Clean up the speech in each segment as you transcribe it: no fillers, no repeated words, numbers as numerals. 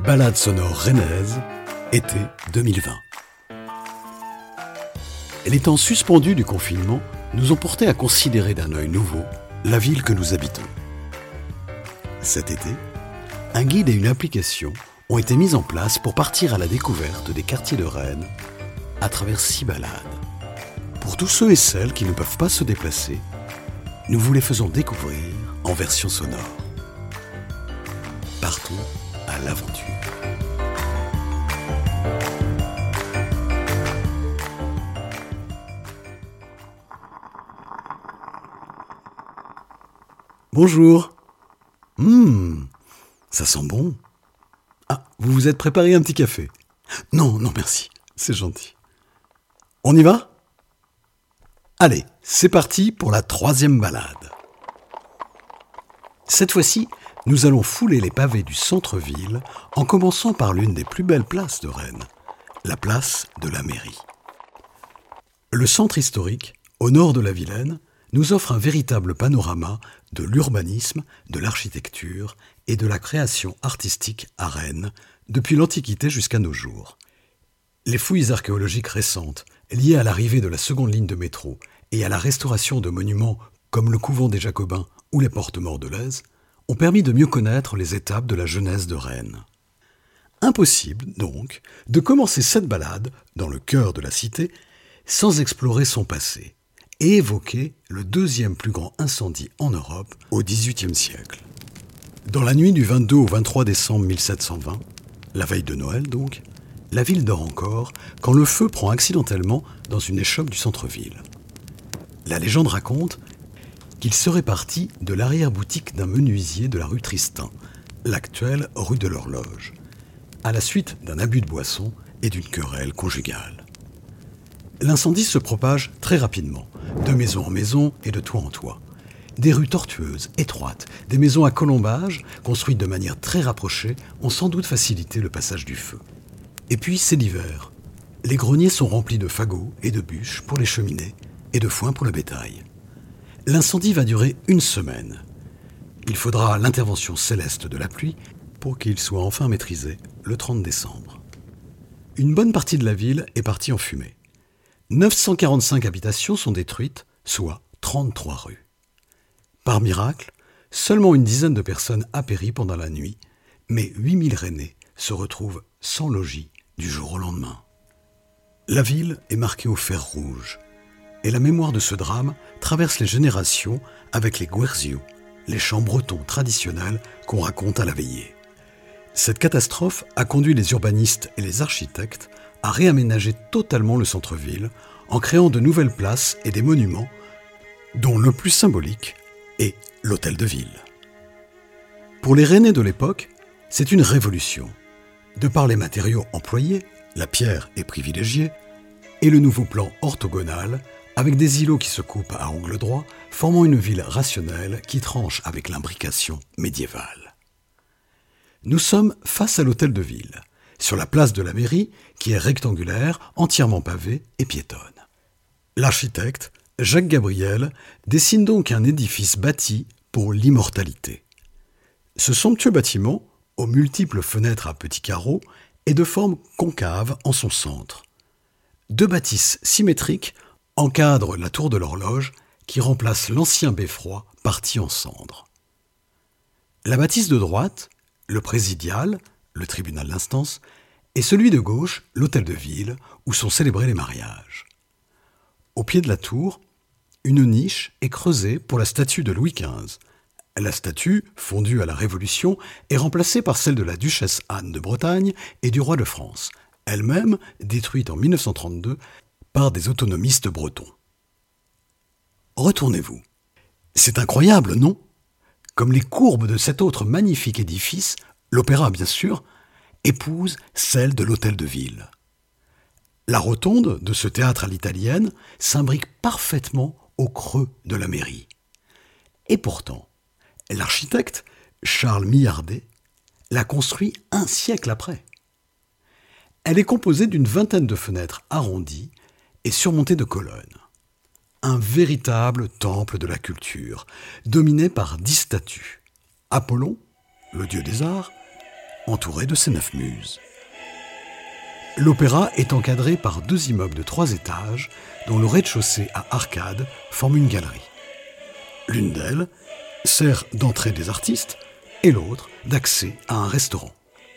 Balade sonore rennaise, été 2020. Les temps suspendus du confinement nous ont portés à considérer d'un œil nouveau la ville que nous habitons. Cet été, un guide et une application ont été mis en place pour partir à la découverte des quartiers de Rennes à travers 6 balades. Pour tous ceux et celles qui ne peuvent pas se déplacer, nous vous les faisons découvrir en version sonore. Partons à l'aventure. Bonjour. Ça sent bon. Ah, vous vous êtes préparé un petit café? Non, merci, c'est gentil. On y va? Allez, c'est parti pour la 3e balade. Cette fois-ci, nous allons fouler les pavés du centre-ville en commençant par l'une des plus belles places de Rennes, la place de la Mairie. Le centre historique, au nord de la Vilaine, nous offre un véritable panorama de l'urbanisme, de l'architecture et de la création artistique à Rennes, depuis l'Antiquité jusqu'à nos jours. Les fouilles archéologiques récentes, liées à l'arrivée de la seconde ligne de métro et à la restauration de monuments comme le couvent des Jacobins ou les portes mordelaises, ont permis de mieux connaître les étapes de la genèse de Rennes. Impossible, donc, de commencer cette balade, dans le cœur de la cité, sans explorer son passé et évoquer le 2e plus grand incendie en Europe au XVIIIe siècle. Dans la nuit du 22 au 23 décembre 1720, la veille de Noël donc, la ville dort encore quand le feu prend accidentellement dans une échoppe du centre-ville. La légende raconte qu'il serait parti de l'arrière-boutique d'un menuisier de la rue Tristan, l'actuelle rue de l'Horloge, à la suite d'un abus de boisson et d'une querelle conjugale. L'incendie se propage très rapidement, de maison en maison et de toit en toit. Des rues tortueuses, étroites, des maisons à colombages, construites de manière très rapprochée, ont sans doute facilité le passage du feu. Et puis c'est l'hiver. Les greniers sont remplis de fagots et de bûches pour les cheminées et de foin pour le bétail. L'incendie va durer 1 semaine. Il faudra l'intervention céleste de la pluie pour qu'il soit enfin maîtrisé le 30 décembre. Une bonne partie de la ville est partie en fumée. 945 habitations sont détruites, soit 33 rues. Par miracle, seulement une dizaine de personnes a péri pendant la nuit, mais 8000 Rennais se retrouvent sans logis du jour au lendemain. La ville est marquée au fer rouge, et la mémoire de ce drame traverse les générations avec les guerziots, les chants bretons traditionnels qu'on raconte à la veillée. Cette catastrophe a conduit les urbanistes et les architectes à réaménager totalement le centre-ville en créant de nouvelles places et des monuments, dont le plus symbolique est l'Hôtel de Ville. Pour les Rennais de l'époque, c'est une révolution. De par les matériaux employés, la pierre est privilégiée, et le nouveau plan orthogonal, avec des îlots qui se coupent à angle droit, formant une ville rationnelle qui tranche avec l'imbrication médiévale. Nous sommes face à l'Hôtel de Ville, sur la place de la Mairie, qui est rectangulaire, entièrement pavée et piétonne. L'architecte, Jacques Gabriel, dessine donc un édifice bâti pour l'immortalité. Ce somptueux bâtiment, aux multiples fenêtres à petits carreaux, est de forme concave en son centre. 2 bâtisses symétriques encadrent la tour de l'horloge qui remplace l'ancien beffroi parti en cendres. La bâtisse de droite, le présidial, le tribunal d'instance, et celui de gauche, l'hôtel de ville, où sont célébrés les mariages. Au pied de la tour, une niche est creusée pour la statue de Louis XV. La statue, fondue à la Révolution, est remplacée par celle de la duchesse Anne de Bretagne et du roi de France, elle-même détruite en 1932 par des autonomistes bretons. Retournez-vous. C'est incroyable, non? Comme les courbes de cet autre magnifique édifice, l'opéra bien sûr, épouse celle de l'Hôtel de Ville. La rotonde de ce théâtre à l'italienne s'imbrique parfaitement au creux de la Mairie. Et pourtant, l'architecte, Charles Millardet, l'a construit 1 siècle après. Elle est composée d'une 20aine de fenêtres arrondies et surmontées de colonnes. Un véritable temple de la culture, dominé par 10 statues. Apollon, le dieu des arts, entouré de ses 9 muses. L'opéra est encadré par 2 immeubles de 3 étages, dont le rez-de-chaussée à arcades forme une galerie. L'une d'elles sert d'entrée des artistes et l'autre d'accès à un restaurant.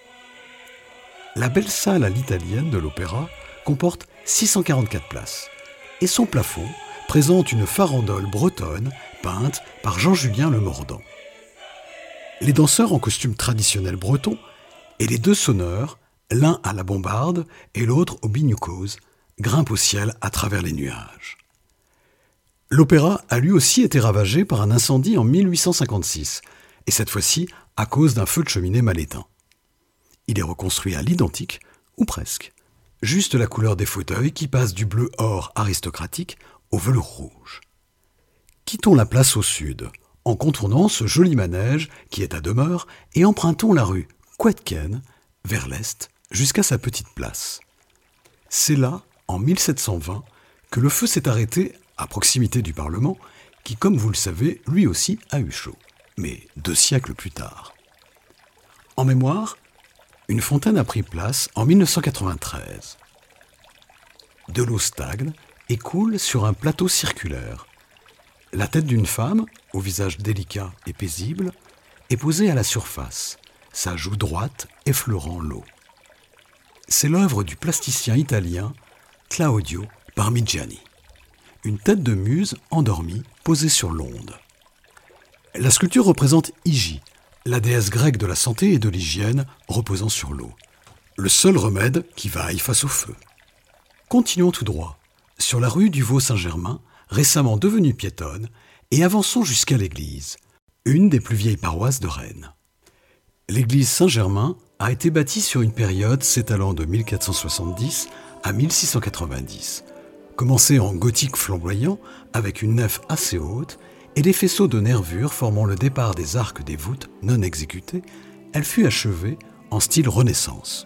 La belle salle à l'italienne de l'opéra comporte 644 places et son plafond présente une farandole bretonne peinte par Jean-Julien Le Mordant. Les danseurs en costume traditionnel breton et les 2 sonneurs, l'un à la bombarde et l'autre au binioucose, grimpent au ciel à travers les nuages. L'opéra a lui aussi été ravagé par un incendie en 1856, et cette fois-ci à cause d'un feu de cheminée mal éteint. Il est reconstruit à l'identique, ou presque, juste la couleur des fauteuils qui passe du bleu or aristocratique au velours rouge. Quittons la place au sud, en contournant ce joli manège qui est à demeure, et empruntons la rue Couetken vers l'est jusqu'à sa petite place. C'est là, en 1720, que le feu s'est arrêté à proximité du Parlement, qui, comme vous le savez, lui aussi a eu chaud, mais 2 siècles plus tard. En mémoire, une fontaine a pris place en 1993. De l'eau stagne et coule sur un plateau circulaire. La tête d'une femme, au visage délicat et paisible, est posée à la surface, sa joue droite effleurant l'eau. C'est l'œuvre du plasticien italien Claudio Parmigiani. Une tête de muse endormie posée sur l'onde. La sculpture représente Hygie, la déesse grecque de la santé et de l'hygiène reposant sur l'eau. Le seul remède qui vaille face au feu. Continuons tout droit, sur la rue du Vau-Saint-Germain, récemment devenue piétonne, et avançons jusqu'à l'église, une des plus vieilles paroisses de Rennes. L'église Saint-Germain a été bâtie sur une période s'étalant de 1470 à 1690, commencée en gothique flamboyant avec une nef assez haute et des faisceaux de nervures formant le départ des arcs des voûtes non exécutés, elle fut achevée en style Renaissance.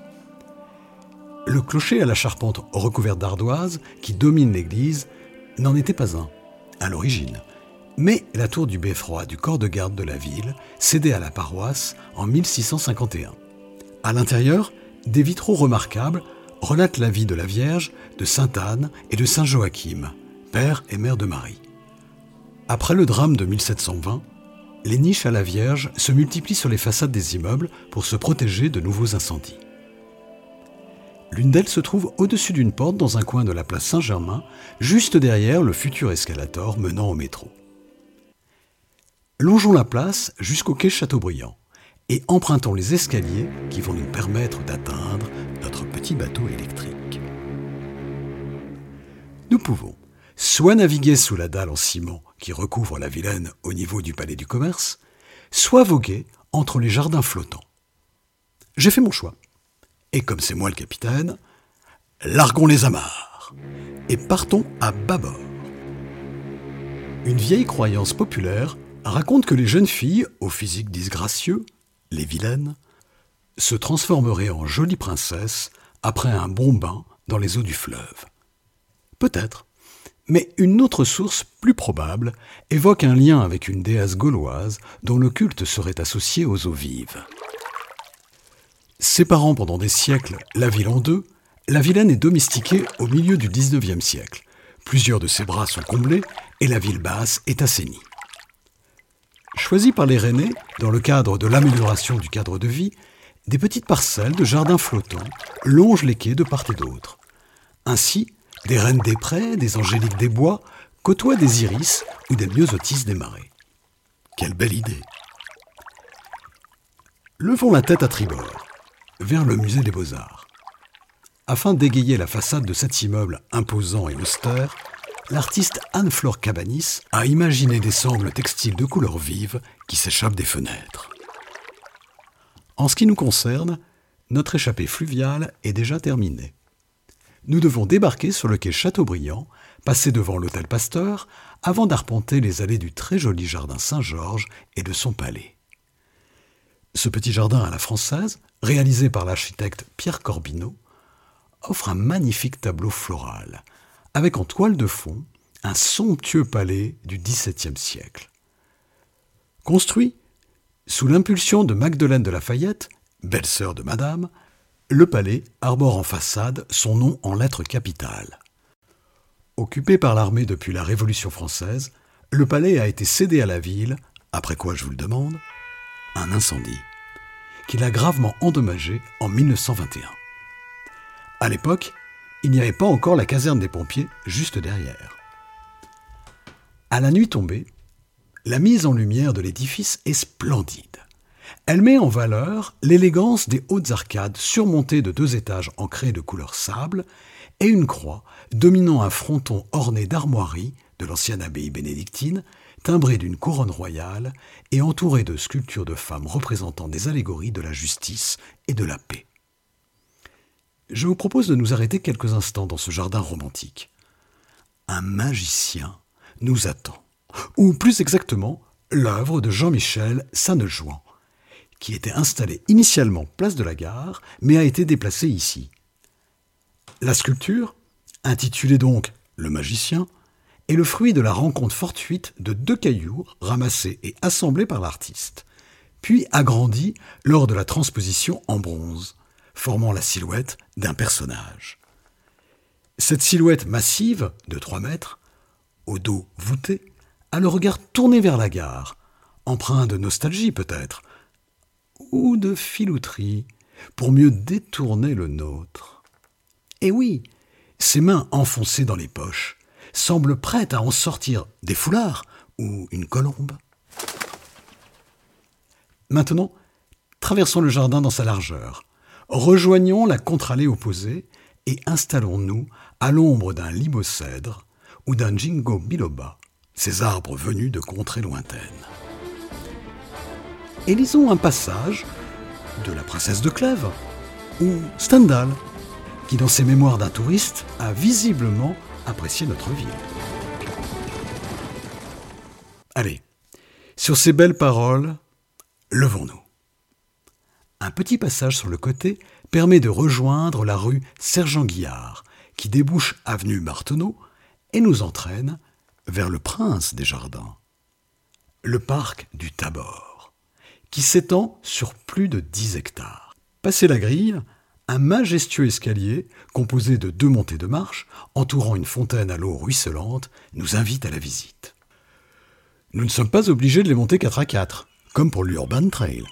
Le clocher à la charpente recouverte d'ardoises qui domine l'église n'en était pas un, à l'origine. Mais la tour du beffroi du corps de garde de la ville cédait à la paroisse en 1651. À l'intérieur, des vitraux remarquables relatent la vie de la Vierge, de Sainte Anne et de Saint Joachim, père et mère de Marie. Après le drame de 1720, les niches à la Vierge se multiplient sur les façades des immeubles pour se protéger de nouveaux incendies. L'une d'elles se trouve au-dessus d'une porte dans un coin de la place Saint-Germain, juste derrière le futur escalator menant au métro. Longeons la place jusqu'au quai Chateaubriand et empruntons les escaliers qui vont nous permettre d'atteindre notre petit bateau électrique. Nous pouvons soit naviguer sous la dalle en ciment qui recouvre la Vilaine au niveau du Palais du Commerce, soit voguer entre les jardins flottants. J'ai fait mon choix. Et comme c'est moi le capitaine, larguons les amarres et partons à bâbord. Une vieille croyance populaire raconte que les jeunes filles au physique disgracieux, les vilaines, se transformeraient en jolies princesses après un bon bain dans les eaux du fleuve. Peut-être, mais une autre source plus probable évoque un lien avec une déesse gauloise dont le culte serait associé aux eaux vives. Séparant pendant des siècles la ville en deux, la Vilaine est domestiquée au milieu du XIXe siècle. Plusieurs de ses bras sont comblés et la ville basse est assainie. Choisies par les Rennais, dans le cadre de l'amélioration du cadre de vie, des petites parcelles de jardins flottants longent les quais de part et d'autre. Ainsi, des reines des prés, des angéliques des bois côtoient des iris ou des myosotis des marais. Quelle belle idée! Levons la tête à tribord, vers le musée des Beaux-Arts. Afin d'égayer la façade de cet immeuble imposant et austère, l'artiste Anne-Flore Cabanis a imaginé des sangles textiles de couleurs vives qui s'échappent des fenêtres. En ce qui nous concerne, notre échappée fluviale est déjà terminée. Nous devons débarquer sur le quai Chateaubriand, passer devant l'hôtel Pasteur, avant d'arpenter les allées du très joli jardin Saint-Georges et de son palais. Ce petit jardin à la française, réalisé par l'architecte Pierre Corbineau, offre un magnifique tableau floral, avec en toile de fond un somptueux palais du XVIIe siècle. Construit sous l'impulsion de Magdeleine de Lafayette, belle-sœur de Madame, le palais arbore en façade son nom en lettres capitales. Occupé par l'armée depuis la Révolution française, le palais a été cédé à la ville, après quoi, je vous le demande, un incendie, qui l'a gravement endommagé en 1921. À l'époque, il n'y avait pas encore la caserne des pompiers juste derrière. À la nuit tombée, la mise en lumière de l'édifice est splendide. Elle met en valeur l'élégance des hautes arcades surmontées de 2 étages en craie de couleur sable et une croix dominant un fronton orné d'armoiries de l'ancienne abbaye bénédictine, timbrée d'une couronne royale et entourée de sculptures de femmes représentant des allégories de la justice et de la paix. Je vous propose de nous arrêter quelques instants dans ce jardin romantique. Un magicien nous attend, ou plus exactement, l'œuvre de Jean-Michel Sannejouan, qui était installé initialement place de la Gare, mais a été déplacé ici. La sculpture, intitulée donc « Le magicien », est le fruit de la rencontre fortuite de 2 cailloux ramassés et assemblés par l'artiste, puis agrandis lors de la transposition en bronze, formant la silhouette d'un personnage. Cette silhouette massive, de 3 mètres, au dos voûté, a le regard tourné vers la gare, empreint de nostalgie peut-être, ou de filouterie, pour mieux détourner le nôtre. Et oui, ses mains enfoncées dans les poches semblent prêtes à en sortir des foulards ou une colombe. Maintenant, traversons le jardin dans sa largeur, rejoignons la contre-allée opposée et installons-nous à l'ombre d'un libocèdre ou d'un ginkgo biloba, ces arbres venus de contrées lointaines. Et lisons un passage de La Princesse de Clèves ou Stendhal, qui dans ses mémoires d'un touriste a visiblement apprécié notre ville. Allez, sur ces belles paroles, levons-nous. Un petit passage sur le côté permet de rejoindre la rue Sergent-Guillard, qui débouche avenue Marteneau et nous entraîne vers le prince des jardins, le parc du Tabor, qui s'étend sur plus de 10 hectares. Passé la grille, un majestueux escalier, composé de 2 montées de marche, entourant une fontaine à l'eau ruisselante, nous invite à la visite. Nous ne sommes pas obligés de les monter 4 à 4, comme pour l'Urban Trail.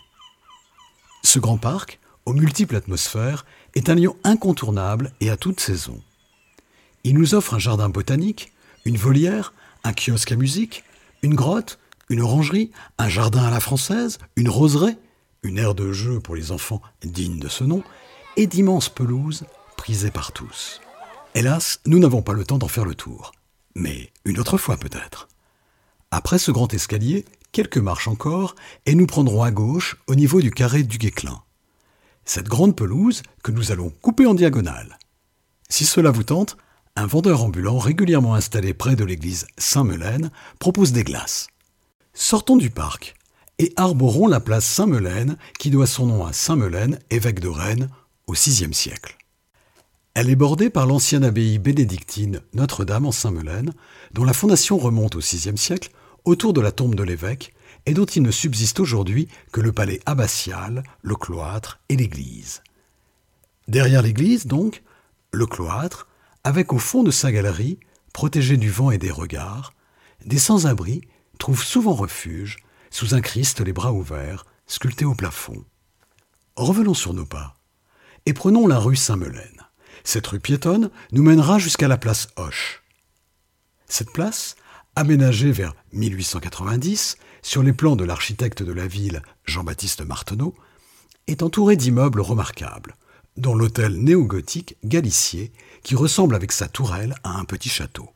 Ce grand parc, aux multiples atmosphères, est un lieu incontournable et à toute saison. Il nous offre un jardin botanique, une volière, un kiosque à musique, une grotte, une orangerie, un jardin à la française, une roseraie, une aire de jeu pour les enfants digne de ce nom, et d'immenses pelouses prisées par tous. Hélas, nous n'avons pas le temps d'en faire le tour. Mais une autre fois peut-être. Après ce grand escalier, quelques marches encore, et nous prendrons à gauche au niveau du carré du Guesclin. Cette grande pelouse que nous allons couper en diagonale. Si cela vous tente, un vendeur ambulant régulièrement installé près de l'église Saint-Melaine propose des glaces. Sortons du parc et arborons la place Saint-Melaine qui doit son nom à Saint Melaine, évêque de Rennes, au VIe siècle. Elle est bordée par l'ancienne abbaye bénédictine Notre-Dame en Saint-Melaine, dont la fondation remonte au VIe siècle, autour de la tombe de l'évêque, et dont il ne subsiste aujourd'hui que le palais abbatial, le cloître et l'église. Derrière l'église, donc, le cloître, avec au fond de sa galerie, protégée du vent et des regards, des sans-abri trouvent souvent refuge sous un Christ les bras ouverts, sculpté au plafond. Revenons sur nos pas et prenons la rue Saint-Melaine. Cette rue piétonne nous mènera jusqu'à la place Hoche. Cette place, aménagée vers 1890 sur les plans de l'architecte de la ville Jean-Baptiste Marteneau, est entourée d'immeubles remarquables, dont l'hôtel néo-gothique Galicier qui ressemble avec sa tourelle à un petit château.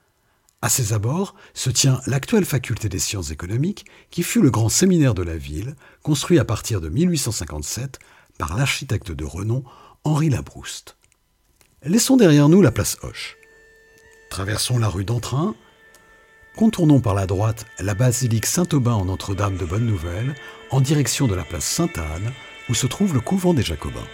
À ses abords se tient l'actuelle faculté des sciences économiques qui fut le grand séminaire de la ville, construit à partir de 1857 par l'architecte de renom Henri Labrouste. Laissons derrière nous la place Hoche. Traversons la rue d'Entrain, contournons par la droite la basilique Saint-Aubin en Notre-Dame de Bonne-Nouvelle en direction de la place Sainte-Anne où se trouve le couvent des Jacobins.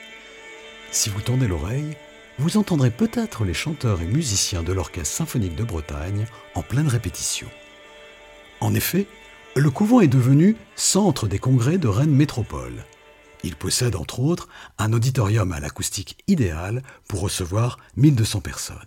Si vous tendez l'oreille, vous entendrez peut-être les chanteurs et musiciens de l'Orchestre symphonique de Bretagne en pleine répétition. En effet, le couvent est devenu centre des congrès de Rennes Métropole. Il possède entre autres un auditorium à l'acoustique idéale pour recevoir 1200 personnes.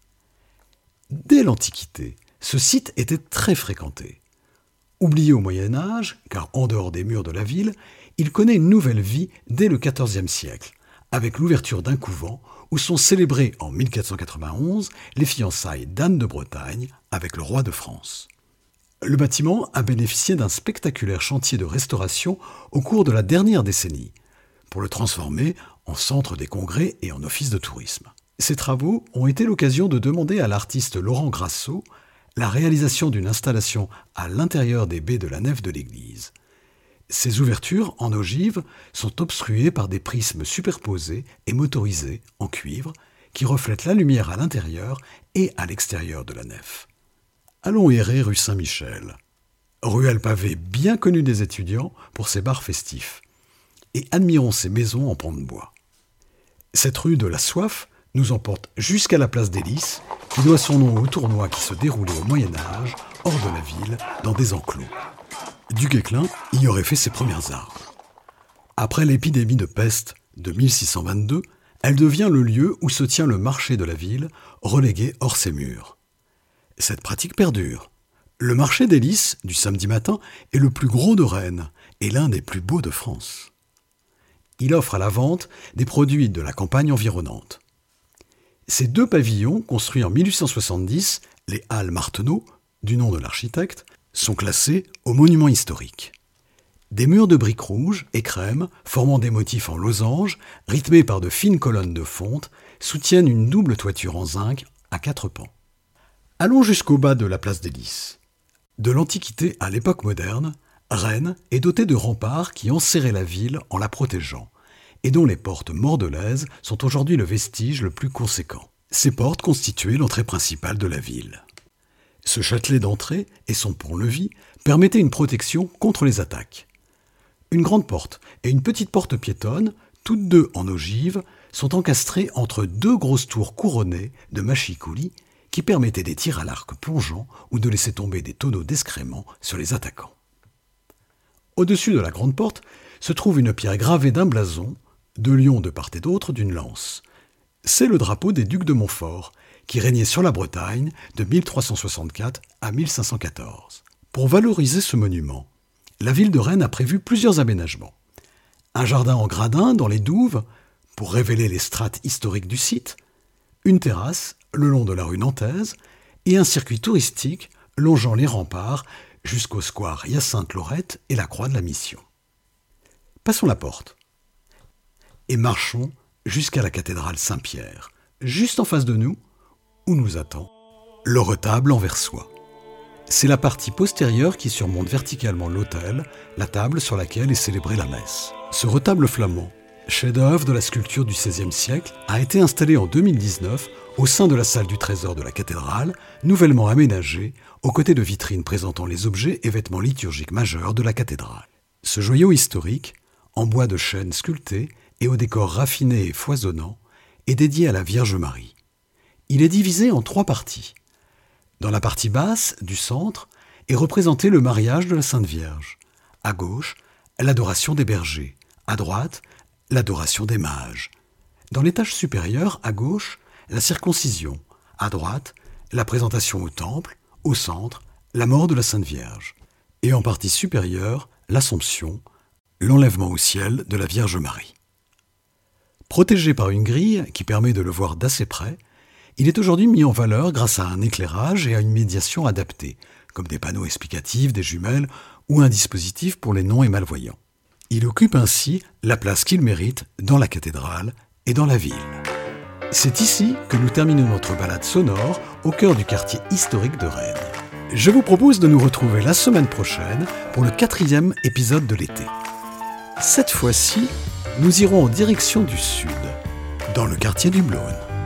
Dès l'Antiquité, ce site était très fréquenté. Oublié au Moyen-Âge, car en dehors des murs de la ville, il connaît une nouvelle vie dès le XIVe siècle, avec l'ouverture d'un couvent où sont célébrées en 1491 les fiançailles d'Anne de Bretagne avec le roi de France. Le bâtiment a bénéficié d'un spectaculaire chantier de restauration au cours de la dernière décennie, pour le transformer en centre des congrès et en office de tourisme. Ces travaux ont été l'occasion de demander à l'artiste Laurent Grasso la réalisation d'une installation à l'intérieur des baies de la nef de l'église. Ces ouvertures en ogive sont obstruées par des prismes superposés et motorisés en cuivre qui reflètent la lumière à l'intérieur et à l'extérieur de la nef. Allons errer rue Saint-Michel, ruelle pavée bien connue des étudiants pour ses bars festifs, et admirons ses maisons en pans de bois. Cette rue de la Soif nous emporte jusqu'à la place des Lys, qui doit son nom au tournoi qui se déroulait au Moyen-Âge, hors de la ville, dans des enclos. Du Guesclin y aurait fait ses premières armes. Après l'épidémie de peste de 1622, elle devient le lieu où se tient le marché de la ville, relégué hors ses murs. Cette pratique perdure. Le marché des Lys, du samedi matin, est le plus gros de Rennes et l'un des plus beaux de France. Il offre à la vente des produits de la campagne environnante. Ces deux pavillons, construits en 1870, les Halles Marteneau, du nom de l'architecte, sont classés aux monuments historiques. Des murs de briques rouges et crème, formant des motifs en losange, rythmés par de fines colonnes de fonte, soutiennent une double toiture en zinc à 4 pans. Allons jusqu'au bas de la place des Lys. De l'Antiquité à l'époque moderne, Rennes est dotée de remparts qui enserraient la ville en la protégeant, et dont les portes mordelaises sont aujourd'hui le vestige le plus conséquent. Ces portes constituaient l'entrée principale de la ville. Ce châtelet d'entrée et son pont-levis permettaient une protection contre les attaques. Une grande porte et une petite porte piétonne, toutes deux en ogive, sont encastrées entre deux grosses tours couronnées de mâchicoulis qui permettaient des tirs à l'arc plongeant ou de laisser tomber des tonneaux d'excréments sur les attaquants. Au-dessus de la grande porte se trouve une pierre gravée d'un blason, 2 lions de part et d'autre d'une lance. C'est le drapeau des ducs de Montfort, qui régnaient sur la Bretagne de 1364 à 1514. Pour valoriser ce monument, la ville de Rennes a prévu plusieurs aménagements. Un jardin en gradin dans les douves, pour révéler les strates historiques du site, une terrasse le long de la rue nantaise et un circuit touristique longeant les remparts jusqu'au square Hyacinthe-Laurette et la croix de la Mission. Passons la porte et marchons jusqu'à la cathédrale Saint-Pierre, juste en face de nous, où nous attend le retable en versoix. C'est la partie postérieure qui surmonte verticalement l'autel, la table sur laquelle est célébrée la messe. Ce retable flamand, chef-d'œuvre de la sculpture du XVIe siècle, a été installé en 2019 au sein de la salle du trésor de la cathédrale, nouvellement aménagée, aux côtés de vitrines présentant les objets et vêtements liturgiques majeurs de la cathédrale. Ce joyau historique, en bois de chêne sculpté et au décor raffiné et foisonnant, est dédié à la Vierge Marie. Il est divisé en 3 parties. Dans la partie basse, du centre, est représenté le mariage de la Sainte Vierge. À gauche, l'adoration des bergers. À droite, l'adoration des mages. Dans l'étage supérieur, à gauche, la circoncision. À droite, la présentation au temple. Au centre, la mort de la Sainte Vierge. Et en partie supérieure, l'Assomption, l'enlèvement au ciel de la Vierge Marie. Protégé par une grille qui permet de le voir d'assez près, il est aujourd'hui mis en valeur grâce à un éclairage et à une médiation adaptée, comme des panneaux explicatifs, des jumelles ou un dispositif pour les non et malvoyants. Il occupe ainsi la place qu'il mérite dans la cathédrale et dans la ville. C'est ici que nous terminons notre balade sonore au cœur du quartier historique de Rennes. Je vous propose de nous retrouver la semaine prochaine pour le 4e épisode de l'été. Cette fois-ci, nous irons en direction du sud, dans le quartier du Blône.